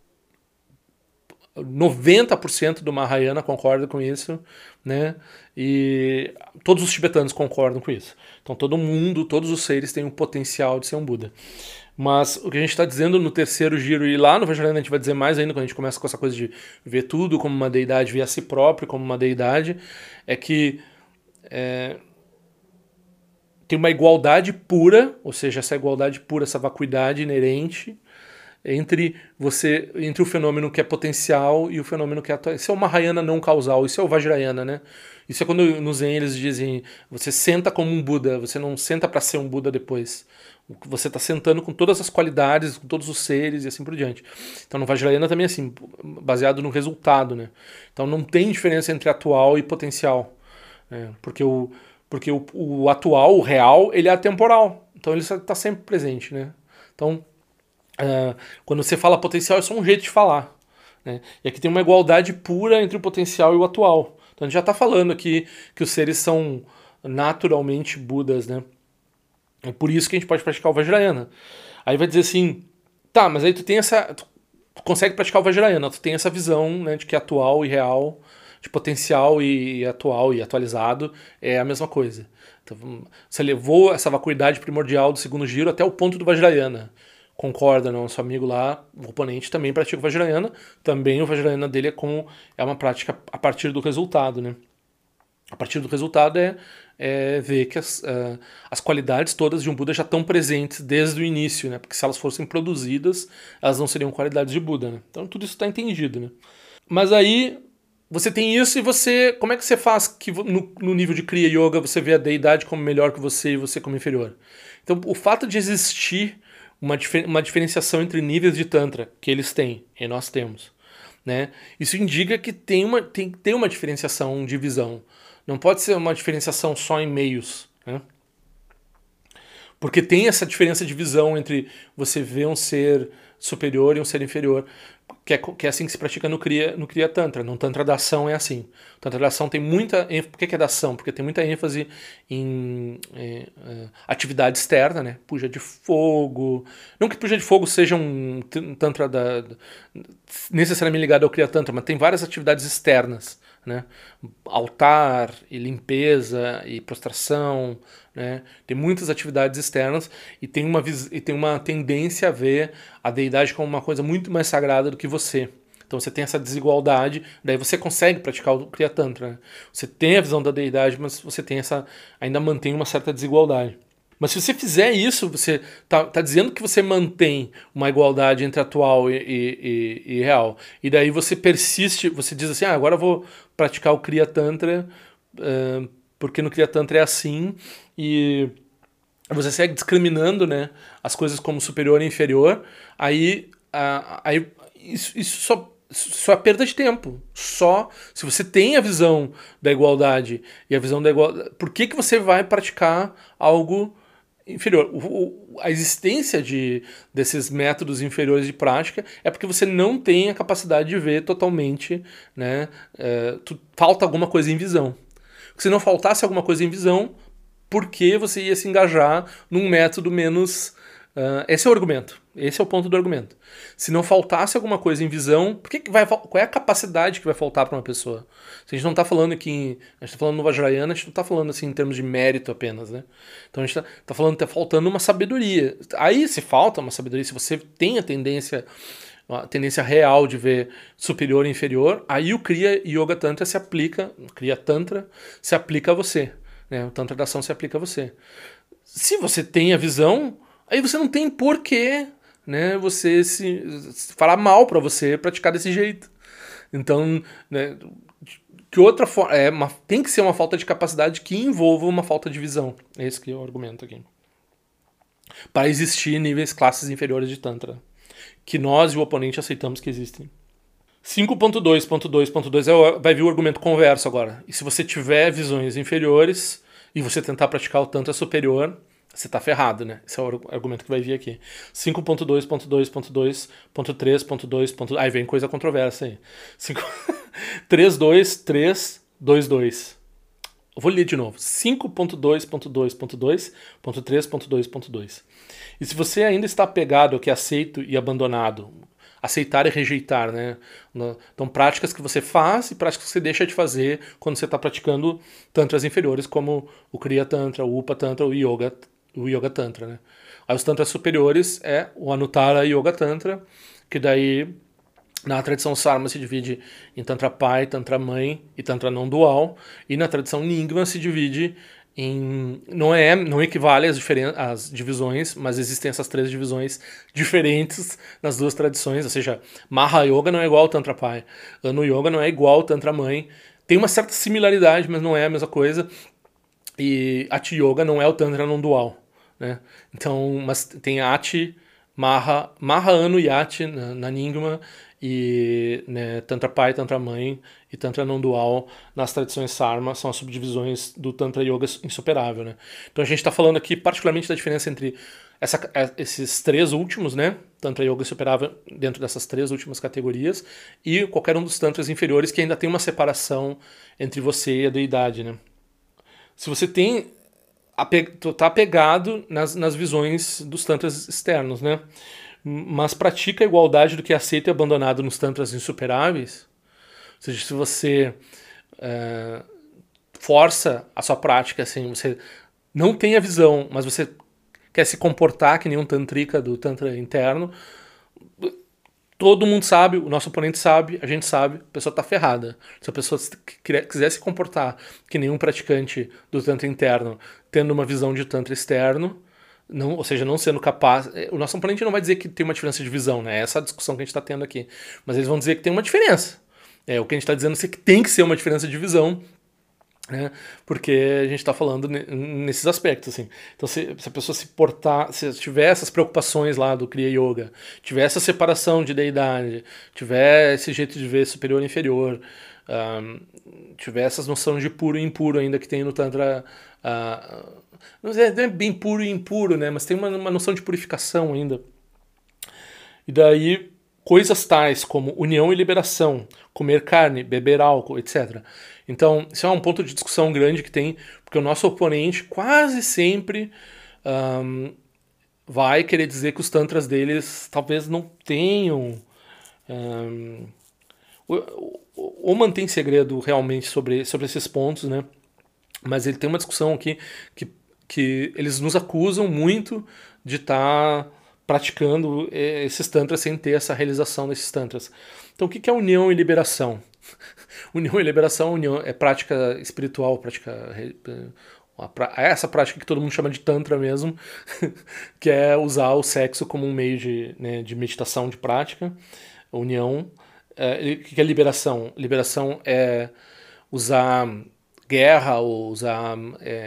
90% do Mahayana concorda com isso, né? E todos os tibetanos concordam com isso. Então todo mundo, todos os seres têm um potencial de ser um Buda. Mas o que a gente está dizendo no terceiro giro, e lá no Vajrayana a gente vai dizer mais ainda, quando a gente começa com essa coisa de ver tudo como uma deidade, ver a si próprio como uma deidade, é que tem uma igualdade pura, ou seja, essa igualdade pura, essa vacuidade inerente entre o fenômeno que é potencial e o fenômeno que é atual. Isso é o Mahayana não causal, isso é o Vajrayana, né? Isso é quando no Zen eles dizem, você senta como um Buda, você não senta para ser um Buda depois. Você está sentando com todas as qualidades, com todos os seres e assim por diante. Então no Vajrayana também é assim, baseado no resultado, né? Então não tem diferença entre atual e potencial, né? Porque o atual, o real, ele é atemporal. Então ele está sempre presente, né? Então quando você fala potencial é só um jeito de falar, né? E aqui tem uma igualdade pura entre o potencial e o atual. Então a gente já está falando aqui que os seres são naturalmente Budas, né? É por isso que a gente pode praticar o Vajrayana. Aí vai dizer assim, tá, mas aí tu consegue praticar o Vajrayana, tu tem essa visão, né, de que atual e real, de potencial e atual e atualizado é a mesma coisa. Então, você levou essa vacuidade primordial do segundo giro até o ponto do Vajrayana. Concorda, não? Nosso amigo lá, o oponente, também pratica o Vajrayana. Também o Vajrayana dele é uma prática a partir do resultado, né? A partir do resultado é ver que as qualidades todas de um Buda já estão presentes desde o início, né? Porque se elas fossem produzidas, elas não seriam qualidades de Buda, né? Então tudo isso está entendido, né? Mas aí você tem isso e como é que você faz que no nível de Kriya Yoga você vê a deidade como melhor que você e você como inferior? Então o fato de existir uma diferenciação entre níveis de Tantra que eles têm e nós temos, né? Isso indica que tem uma diferenciação de visão. Não pode ser uma diferenciação só em meios, né? Porque tem essa diferença de visão entre você ver um ser superior e um ser inferior. que é assim que se pratica no Kriya Tantra. No Tantra da ação é assim. O Tantra da ação tem muita ênfase. Por que é da ação? Porque tem muita ênfase em atividade externa, né? Puja de fogo. Não que puja de fogo seja um Tantra necessariamente ligado ao Kriya Tantra, mas tem várias atividades externas, né? Altar, e limpeza, e prostração, né? Tem muitas atividades externas e tem uma tendência a ver a deidade como uma coisa muito mais sagrada do que você. Então você tem essa desigualdade, daí você consegue praticar o Kriya Tantra, né? Você tem a visão da deidade, mas você tem ainda mantém uma certa desigualdade. Mas se você fizer isso, você tá dizendo que você mantém uma igualdade entre atual e real. E daí você persiste, você diz assim, agora eu vou praticar o Kriya Tantra, porque no Kriya Tantra é assim, e você segue discriminando, né, as coisas como superior e inferior, aí isso só é perda de tempo. Só se você tem a visão da igualdade e a visão da igualdade, por que você vai praticar algo inferior? A existência desses métodos inferiores de prática é porque você não tem a capacidade de ver totalmente, né? Falta alguma coisa em visão. Se não faltasse alguma coisa em visão, por que você ia se engajar num método menos... esse é o argumento. Esse é o ponto do argumento. Se não faltasse alguma coisa em visão, qual é a capacidade que vai faltar para uma pessoa? Se a gente não está falando aqui, a gente está falando no Vajrayana, a gente não está falando assim em termos de mérito apenas, né? Então a gente está falando que está faltando uma sabedoria. Aí se falta uma sabedoria, se você tem a tendência real de ver superior e inferior, aí o Kriya Yoga Tantra se aplica, o Kriya Tantra se aplica a você, né? O Tantra da ação se aplica a você. Se você tem a visão, aí você não tem porquê, né, você se falar mal para você praticar desse jeito. Então, né, que outra forma tem que ser uma falta de capacidade que envolva uma falta de visão. Esse que é o argumento aqui. Para existir níveis, classes inferiores de Tantra, que nós e o oponente aceitamos que existem. 5.2.2.2 vai vir o argumento converso agora. E se você tiver visões inferiores e você tentar praticar o Tantra superior, você tá ferrado, né? Esse é o argumento que vai vir aqui. 5.2.2.2.3.2. Aí vem coisa controversa aí. 3.2.3.2.2. Eu vou ler de novo. 5.2.2.2.3.2.2. E se você ainda está apegado ao que é aceito e abandonado, aceitar e rejeitar, né? Então, práticas que você faz e práticas que você deixa de fazer quando você está praticando tantras inferiores, como o Kriya Tantra, o Upa Tantra, o Yoga Tantra, né? Aí os tantras superiores é o Anuttara Yoga Tantra, que daí na tradição Sarma se divide em Tantra pai, Tantra mãe e Tantra não dual, e na tradição Nyingma se divide em... Não equivale às divisões, mas existem essas três divisões diferentes nas duas tradições, ou seja, Maha Yoga não é igual ao Tantra pai, Anu Yoga não é igual ao Tantra mãe, tem uma certa similaridade, mas não é a mesma coisa, e Ati Yoga não é o Tantra não dual, né? Então, mas tem Ati, Maha, Anu e Ati na Nyingma, e né, Tantra pai, Tantra mãe e Tantra não dual nas tradições Sarma são as subdivisões do Tantra Yoga insuperável, né? Então a gente está falando aqui particularmente da diferença entre esses três últimos, né? Tantra Yoga insuperável dentro dessas três últimas categorias e qualquer um dos tantras inferiores que ainda tem uma separação entre você e a deidade, né? Se você tá apegado nas visões dos tantras externos, né? Mas pratica a igualdade do que é aceito e abandonado nos tantras insuperáveis, ou seja, se você força a sua prática, assim, você não tem a visão, mas você quer se comportar que nem um tantrika do tantra interno, todo mundo sabe, o nosso oponente sabe, a gente sabe, a pessoa está ferrada. Se a pessoa quiser se comportar que nem um praticante do tantra interno, tendo uma visão de tantra externo, ou seja, não sendo capaz... O nosso oponente não vai dizer que tem uma diferença de visão, né? Essa é a discussão que a gente está tendo aqui. Mas eles vão dizer que tem uma diferença. O que a gente está dizendo é que tem que ser uma diferença de visão, né? Porque a gente está falando nesses aspectos, assim. Então, se a pessoa se portar, se tiver essas preocupações lá do Kriya Yoga, tiver essa separação de deidade, tiver esse jeito de ver superior e inferior, tiver essas noções de puro e impuro ainda que tem no Tantra... não é bem puro e impuro, né? Mas tem uma noção de purificação ainda. E daí coisas tais como união e liberação, comer carne, beber álcool, etc. Então, isso é um ponto de discussão grande que tem, porque o nosso oponente quase sempre vai querer dizer que os tantras deles talvez não tenham ou mantém segredo realmente sobre esses pontos, né? Mas ele tem uma discussão aqui que eles nos acusam muito de estar praticando esses tantras sem ter essa realização desses tantras. Então, o que é união e liberação? União e liberação, união é prática espiritual, essa prática que todo mundo chama de tantra mesmo, que é usar o sexo como um meio de meditação, de prática. União. O que é liberação? Liberação é usar guerra, ou usar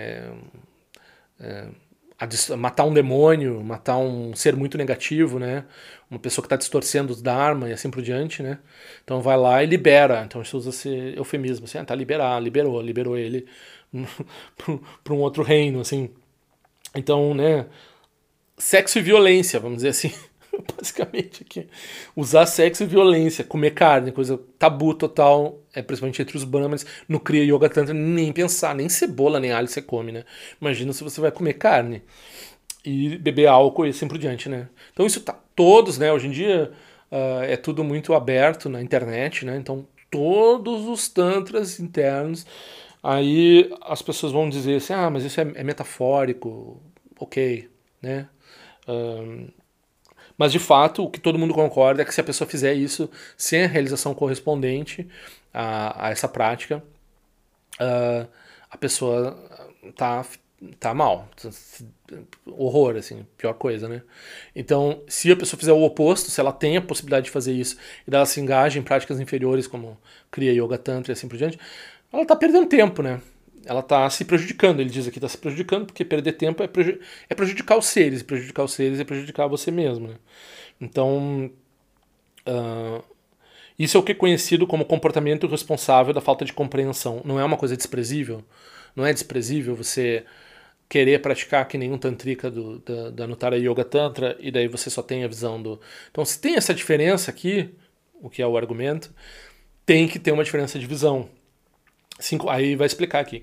matar um demônio, matar um ser muito negativo, né? Uma pessoa que está distorcendo os dharma e assim por diante, né? Então vai lá e libera. Então isso usa esse eufemismo, assim, tá liberou ele para um outro reino, assim. Então, né? Sexo e violência, vamos dizer assim. Basicamente aqui. Usar sexo e violência, comer carne, coisa tabu total, principalmente entre os brahmanes. No Kriya Yoga Tantra, nem pensar, nem cebola, nem alho você come, né? Imagina se você vai comer carne e beber álcool e assim por diante, né? Então isso tá todos, né? Hoje em dia é tudo muito aberto na internet, né? Então todos os tantras internos, aí as pessoas vão dizer assim, mas isso é metafórico, ok, né? Mas, de fato, o que todo mundo concorda é que se a pessoa fizer isso sem a realização correspondente a essa prática, a pessoa tá mal. Horror, assim, pior coisa, né? Então, se a pessoa fizer o oposto, se ela tem a possibilidade de fazer isso e ela se engaja em práticas inferiores, como Kriya Yoga Tantra e assim por diante, ela tá perdendo tempo, né? Ela está se prejudicando, ele diz aqui, está se prejudicando, porque perder tempo é prejudicar os seres, prejudicar os seres é prejudicar você mesmo, né? Então, isso é o que é conhecido como comportamento responsável da falta de compreensão. Não é uma coisa desprezível? Não é desprezível você querer praticar que nenhum tantrika da Anuttara Yoga Tantra e daí você só tem a visão do... Então, se tem essa diferença aqui, o que é o argumento, tem que ter uma diferença de visão. Aí vai explicar aqui,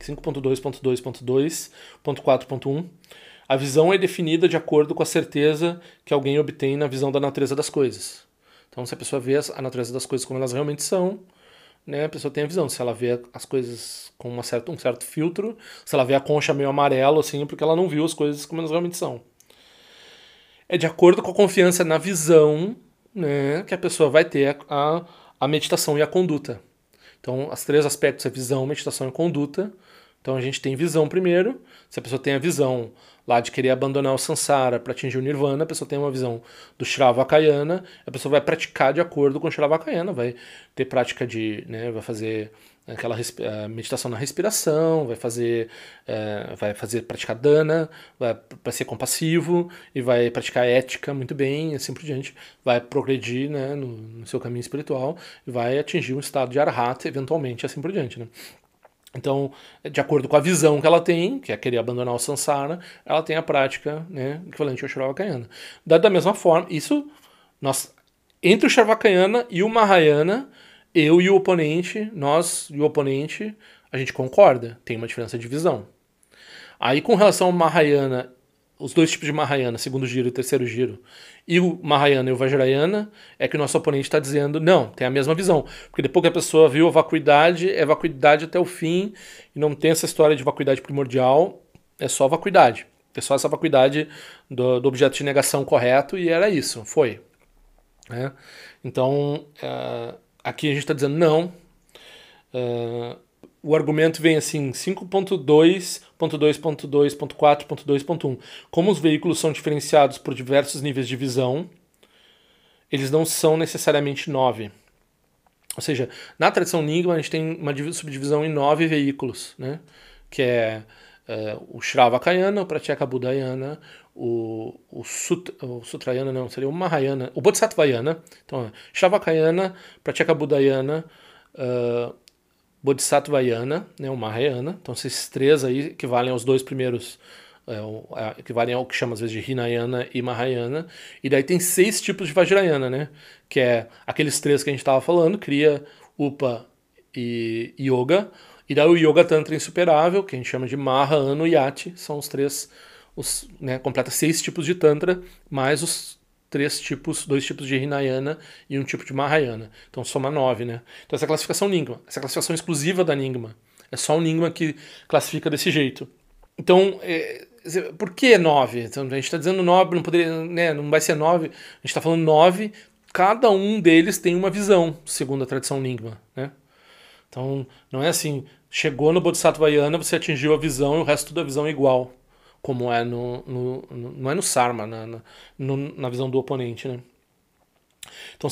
5.2.2.2.4.1. A visão é definida de acordo com a certeza que alguém obtém na visão da natureza das coisas. Então, se a pessoa vê a natureza das coisas como elas realmente são, né, a pessoa tem a visão. Se ela vê as coisas com um certo filtro, se ela vê a concha meio amarelo, assim, porque ela não viu as coisas como elas realmente são. É de acordo com a confiança na visão, né, que a pessoa vai ter a meditação e a conduta. Então, os três aspectos é visão, meditação e conduta. Então, a gente tem visão primeiro. Se a pessoa tem a visão lá de querer abandonar o samsara para atingir o nirvana, a pessoa tem uma visão do Shravakayana, a pessoa vai praticar de acordo com o Shravakayana, vai ter prática vai fazer aquela meditação na respiração, vai praticar dana, vai ser compassivo e vai praticar ética muito bem, e assim por diante, vai progredir, né, no seu caminho espiritual e vai atingir um estado de arhata eventualmente, assim por diante, né? Então, de acordo com a visão que ela tem, que é querer abandonar o samsara, ela tem a prática, né, equivalente ao Shravakayana. Da mesma forma, entre o Shravakayana e o Mahayana, eu e o oponente, nós e o oponente, a gente concorda, tem uma diferença de visão. Aí, com relação ao Mahayana, os dois tipos de Mahayana, segundo giro e terceiro giro, e o Mahayana e o Vajrayana, é que o nosso oponente está dizendo, não, tem a mesma visão. Porque depois que a pessoa viu a vacuidade, é vacuidade até o fim, e não tem essa história de vacuidade primordial, é só vacuidade. É só essa vacuidade do objeto de negação correto, e era isso, foi. Né? Então, aqui a gente está dizendo, não, o argumento vem assim, 5.2.2.2.4.2.1. Como os veículos são diferenciados por diversos níveis de visão, eles não são necessariamente 9. Ou seja, na tradição Nyingma a gente tem uma subdivisão em 9 veículos, né? Que é o Shravakayana, o Pratyeka Budayana, o Sutrayana não, seria o Mahayana, o Bodhisattvayana. Então, Shravakayana, Pratyeka Budayana, Bodhisattvayana, né, o Mahayana. Então esses três aí equivalem aos dois primeiros equivalem ao que chama às vezes de Hinayana e Mahayana, e daí tem 6 tipos de Vajrayana, né? Que é aqueles 3 que a gente estava falando, Kriya, Upa e Yoga, e daí o Yoga Tantra Insuperável, que a gente chama de Maha, Anu e Yati, são os 3, né, completa 6 tipos de Tantra, mais os 2 tipos de Hinayana e um tipo de Mahayana. Então soma 9, né? Então essa classificação Nyingma, essa classificação exclusiva da Nyingma, é só o Nyingma que classifica desse jeito. Então, por que 9? Então, a gente está dizendo 9, não poderia, né, não vai ser 9, a gente está falando 9, cada um deles tem uma visão, segundo a tradição Nyingma, né? Então, não é assim, chegou no Bodhisattvayana, você atingiu a visão e o resto da visão é igual, como é não é no Sarma, na visão do oponente, né? Então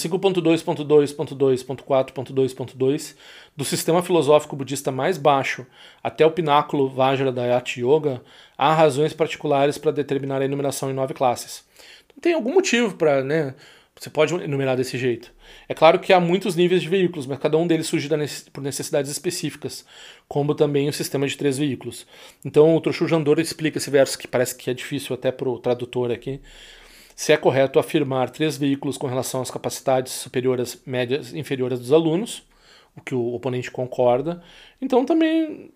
5.2.2.2.4.2.2 do sistema filosófico budista mais baixo até o pináculo Vajra da Yati Yoga, há razões particulares para determinar a enumeração em 9 classes. Então tem algum motivo para, né, você pode enumerar desse jeito. É claro que há muitos níveis de veículos, mas cada um deles surge por necessidades específicas, como também o sistema de 3 veículos. Então o Troshu Jandor explica esse verso, que parece que é difícil até para o tradutor aqui. Se é correto afirmar 3 veículos com relação às capacidades superiores, médias e inferiores dos alunos, o que o oponente concorda, então também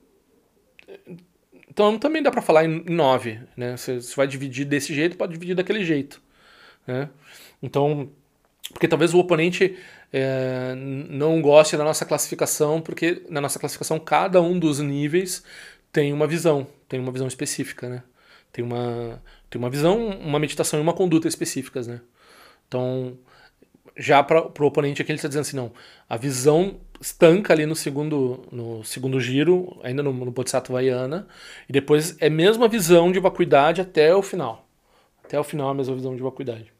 dá para falar em 9, né? Você vai dividir desse jeito, pode dividir daquele jeito, né? Então, porque talvez o oponente não goste da nossa classificação, porque na nossa classificação cada um dos níveis tem uma visão específica, né? Tem uma visão, uma meditação e uma conduta específicas, né? Então, já para o oponente aqui ele está dizendo assim, não, a visão estanca ali no segundo giro, ainda no Bodhisattvayana, e depois é a mesma visão de vacuidade até o final. Até o final é a mesma visão de vacuidade.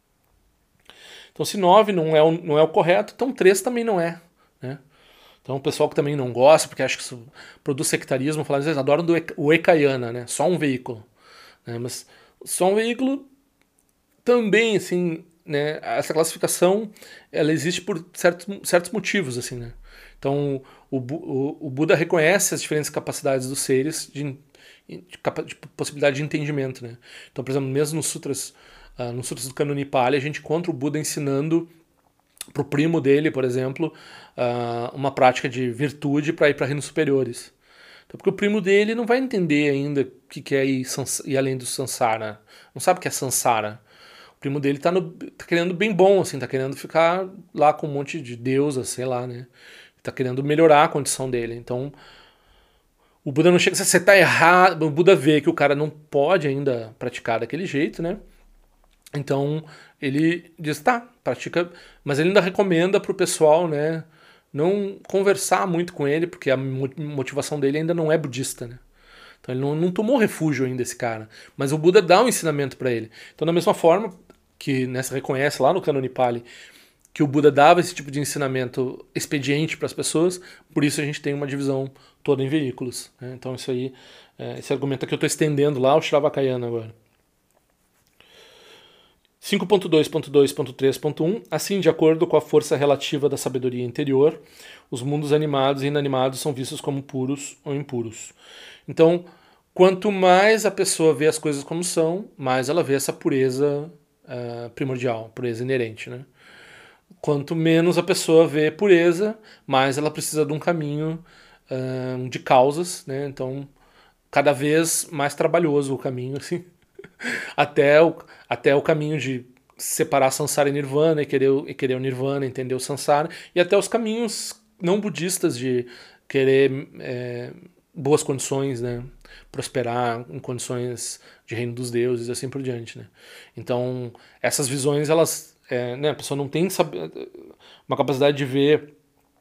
Então, se 9 não é o correto, então 3 também não é, né? Então, o pessoal que também não gosta, porque acha que isso produz sectarismo, fala, às vezes adoram o Ekayana, né? Só um veículo. Mas só um veículo também, assim, né? Essa classificação, ela existe por certos motivos, assim, né? Então, o Buda reconhece as diferentes capacidades dos seres de possibilidade de entendimento, né? Então, por exemplo, mesmo nos sutras do Kanuni Pali, a gente encontra o Buda ensinando para o primo dele, por exemplo, uma prática de virtude para ir para reinos superiores. Então, porque o primo dele não vai entender ainda o que é ir além do Sansara. Não sabe o que é Sansara. O primo dele tá querendo bem bom, assim, tá querendo ficar lá com um monte de deusas, sei lá, né? Tá querendo melhorar a condição dele. Então, o Buda não chega a dizer, você tá errado. O Buda vê que o cara não pode ainda praticar daquele jeito, né? Então, ele diz, tá, pratica, mas ele ainda recomenda pro pessoal, né, não conversar muito com ele, porque a motivação dele ainda não é budista, né? Então ele não tomou refúgio ainda, esse cara. Mas o Buda dá um ensinamento para ele. Então, da mesma forma que se reconhece lá no Kanuni Pali que o Buda dava esse tipo de ensinamento expediente para as pessoas, por isso a gente tem uma divisão toda em veículos, né? Então isso aí, esse argumento que eu estou estendendo lá, o Shravakayana agora. 5.2.2.3.1 Assim, de acordo com a força relativa da sabedoria interior, os mundos animados e inanimados são vistos como puros ou impuros. Então, quanto mais a pessoa vê as coisas como são, mais ela vê essa pureza primordial, pureza inerente, né? Quanto menos a pessoa vê pureza, mais ela precisa de um caminho de causas, né? Então, cada vez mais trabalhoso o caminho, assim. Até o caminho de separar Sansara e Nirvana e querer o Nirvana, entender o Sansara, e até os caminhos não budistas de querer boas condições, né? Prosperar em condições de reino dos deuses e assim por diante, né? Então, essas visões, elas, né, a pessoa não tem uma capacidade de ver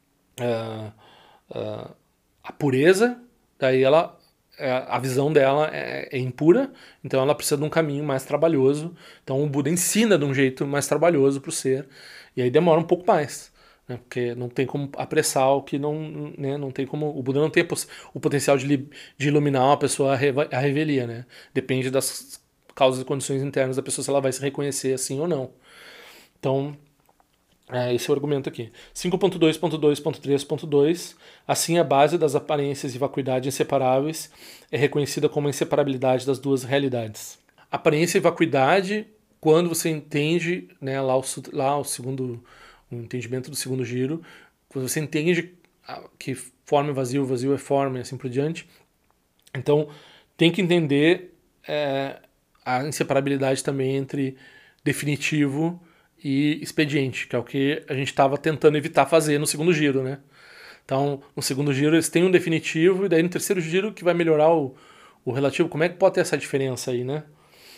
a pureza, daí a visão dela é impura, então ela precisa de um caminho mais trabalhoso. Então o Buda ensina de um jeito mais trabalhoso para o ser, e aí demora um pouco mais, né? Porque não tem como apressar o que não, né? Não tem como, o Buda não tem o potencial de iluminar uma pessoa à revelia, né? Depende das causas e condições internas da pessoa, se ela vai se reconhecer assim ou não. Então, Esse é o argumento aqui. 5.2.2.3.2. Assim, a base das aparências e vacuidade inseparáveis é reconhecida como a inseparabilidade das duas realidades. Aparência e vacuidade, quando você entende, né, lá o segundo, o entendimento do segundo giro, quando você entende que forma é vazio, vazio é forma e assim por diante. Então, tem que entender a inseparabilidade também entre definitivo e expediente, que é o que a gente estava tentando evitar fazer no segundo giro, né? Então, no segundo giro eles têm um definitivo, e daí no terceiro giro que vai melhorar o relativo. Como é que pode ter essa diferença aí, né?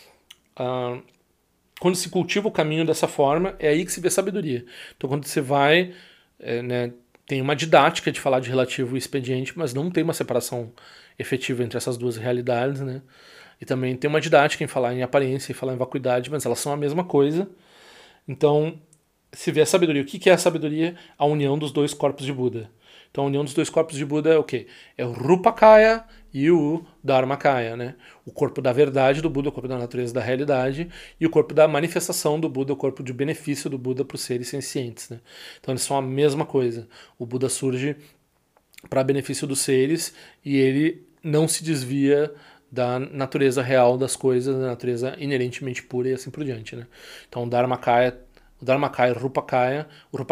Quando se cultiva o caminho dessa forma, é aí que se vê sabedoria. Então, quando você vai, né, tem uma didática de falar de relativo e expediente, mas não tem uma separação efetiva entre essas duas realidades, né? E também tem uma didática em falar em aparência e falar em vacuidade, mas elas são a mesma coisa. Então, se vê a sabedoria. O que é a sabedoria? A união dos dois corpos de Buda. Então, a união dos dois corpos de Buda é o quê? É o Rupakaya e o Dharmakaya, né? O corpo da verdade do Buda, o corpo da natureza da realidade, e o corpo da manifestação do Buda, o corpo de benefício do Buda para os seres sencientes, né? Então, eles são a mesma coisa. O Buda surge para benefício dos seres e ele não se desvia da natureza real das coisas, da natureza inerentemente pura e assim por diante, né? Então, o Dharmakaya, o Rupakaya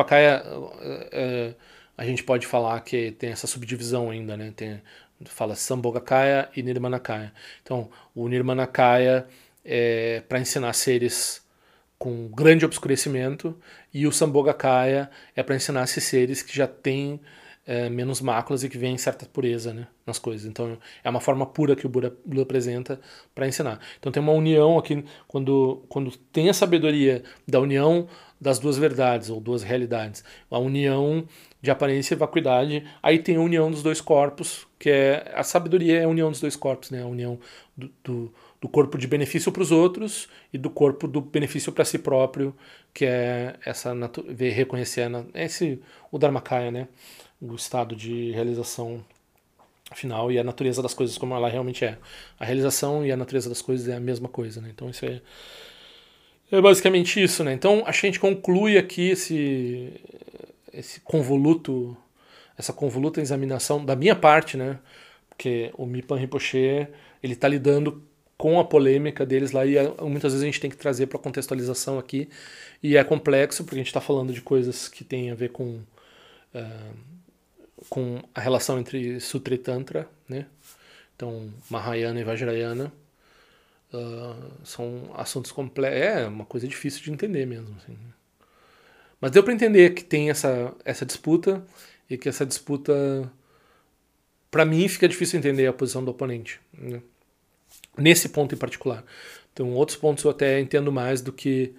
a gente pode falar que tem essa subdivisão ainda, né? Fala Sambhogakaya e Nirmanakaya. Então, o Nirmanakaya é para ensinar seres com grande obscurecimento e o Sambhogakaya é para ensinar esses seres que já têm menos máculas e que vem certa pureza, né, nas coisas. Então é uma forma pura que o Buda apresenta para ensinar. Então tem uma união aqui, quando tem a sabedoria da união das duas verdades ou duas realidades, a união de aparência e vacuidade, aí tem a união dos dois corpos, que é a sabedoria é a união dos dois corpos, né, a união do corpo de benefício para os outros e do corpo do benefício para si próprio, que é essa reconhecer o Dharmakaya, né? O estado de realização final e a natureza das coisas como ela realmente é. A realização e a natureza das coisas é a mesma coisa, né? Então isso é basicamente isso, né? Então a gente conclui aqui esse convoluto, essa convoluta examinação da minha parte, né? Porque o Mipan Rinpoche, ele está lidando com a polêmica deles lá e muitas vezes a gente tem que trazer para contextualização aqui e é complexo porque a gente está falando de coisas que tem a ver com a relação entre Sutra e Tantra, né? Então, Mahayana e Vajrayana são assuntos complexos. É uma coisa difícil de entender mesmo. Assim. Mas deu para entender que tem essa disputa e que essa disputa, para mim, fica difícil entender a posição do oponente. Né? Nesse ponto em particular. Então, outros pontos eu até entendo mais do que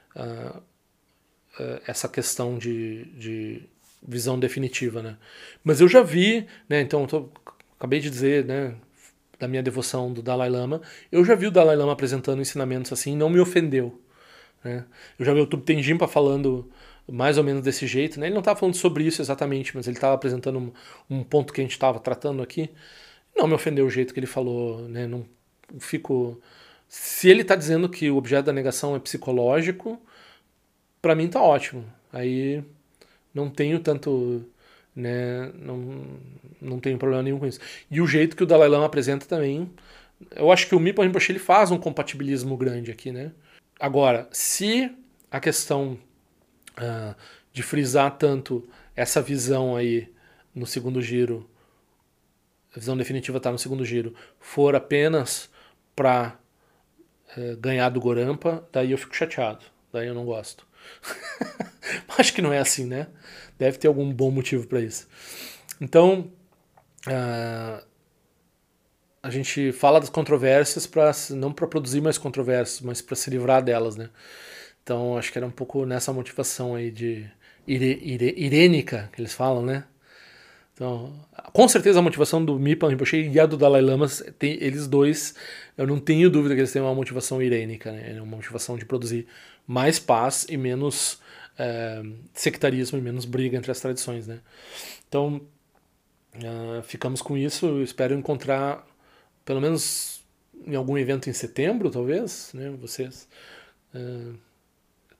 essa questão de visão definitiva, né? Mas eu já vi, né? Então, acabei de dizer, né? Da minha devoção do Dalai Lama, eu já vi o Dalai Lama apresentando ensinamentos assim e não me ofendeu. Né? Eu já vi o Thupten Jinpa falando mais ou menos desse jeito, né? Ele não estava falando sobre isso exatamente, mas ele estava apresentando um ponto que a gente estava tratando aqui. Não me ofendeu o jeito que ele falou, né? Não fico... Se ele está dizendo que o objeto da negação é psicológico, para mim tá ótimo. Aí não tenho tanto, né, não tenho problema nenhum com isso. E o jeito que o Dalai Lama apresenta também, eu acho que o Mipa Rinpoche ele faz um compatibilismo grande aqui, né? Agora, se a questão de frisar tanto essa visão aí no segundo giro, a visão definitiva tá no segundo giro, for apenas para ganhar do Gorampa, daí eu fico chateado, daí eu não gosto. Acho que não é assim, né? Deve ter algum bom motivo para isso. Então, a gente fala das controvérsias não para produzir mais controvérsias, mas para se livrar delas, né? Então, acho que era um pouco nessa motivação aí de irênica que eles falam, né? Então, com certeza a motivação do Mipa Rinpoche e a do Dalai Lama, eles dois, eu não tenho dúvida que eles têm uma motivação irênica, né? Uma motivação de produzir mais paz e menos sectarismo e menos briga entre as tradições, né? Então, ficamos com isso. Eu espero encontrar, pelo menos em algum evento em setembro, talvez, né? Vocês.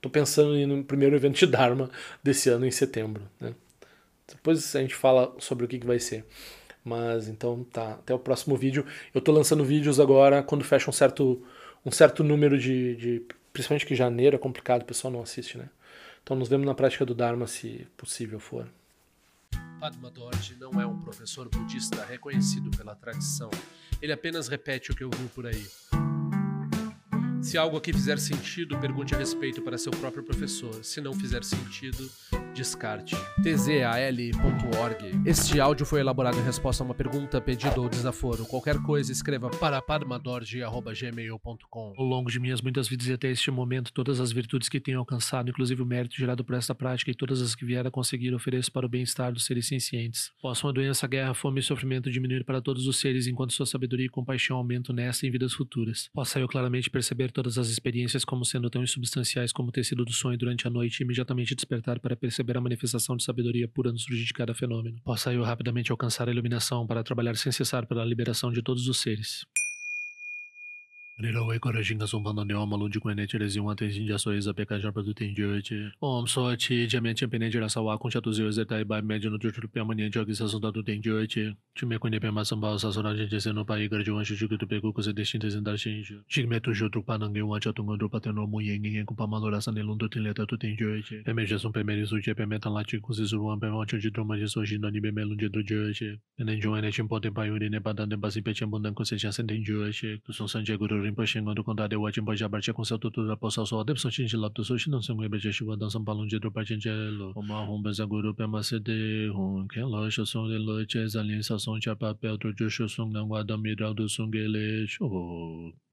tô pensando em ir no primeiro evento de Dharma desse ano, em setembro, né? Depois a gente fala sobre o que vai ser. Mas então tá, até o próximo vídeo. Eu tô lançando vídeos agora quando fecha um certo número principalmente que janeiro é complicado, o pessoal não assiste, né? Então nos vemos na prática do Dharma, se possível for. Padma Dorje não é um professor budista reconhecido pela tradição. Ele apenas repete o que ouviu por aí. Se algo aqui fizer sentido, pergunte a respeito para seu próprio professor. Se não fizer sentido, descarte. tzal.org. Este áudio foi elaborado em resposta a uma pergunta, pedido ou desaforo. Qualquer coisa, escreva para padmadorje@gmail.com. Ao longo de minhas muitas vidas e até este momento, todas as virtudes que tenho alcançado, inclusive o mérito gerado por esta prática e todas as que vier a conseguir, ofereço para o bem-estar dos seres sencientes. Possam a doença, guerra, fome e sofrimento diminuir para todos os seres, enquanto sua sabedoria e compaixão aumentam nesta e em vidas futuras. Possa eu claramente perceber todas as experiências como sendo tão insubstanciais como o tecido do sonho durante a noite e imediatamente despertar para perceber a manifestação de sabedoria pura no surgir de cada fenômeno. Possa eu rapidamente alcançar a iluminação para trabalhar sem cessar pela liberação de todos os seres. Nirawe Korajinga Sumpana Neoma Lundi Kwene Tirezi Waten Jinja Soiza Pekaja Produtin Jote Om Sochi Jamen Champene Jirasawa Kunchatuzi Zetai Bai Mediano Tutu Piamani Jogisa Sundatu Ten Jote Time Kwene Pema Samba Sasora Gente no Pai Garjuan Shuku Peku Kose Destintes Inda Shinju Jigmetu Jutru Panangi Wancha Tungo Pateno Muyen Kupamalora Sanelundu Tinleta Tutin Jote Emeja Sum Pemeri Suche Pemetan Lati Kuzizuan Pemancho de Droma de Sojino Nibe Melunde do Jote Enenjoane Chimpote Payuri Nepadan de Basi Pechambundan Conseja Senten Jote Tuson Sanje Guru Rinpoche Ngondo Condade Wajin Boja Barche com seu tutor da Poça Só Depson Chinji Lapto Sushi não se engebe de Shiva Dançam Palum de Drupa Chinjelo Oma Humba Zaguru Pema Sede Hun Ken Locho Song de Loche Zalin Sasson Cha Papel Trojo Sung Não Guarda Midral do Sungele Show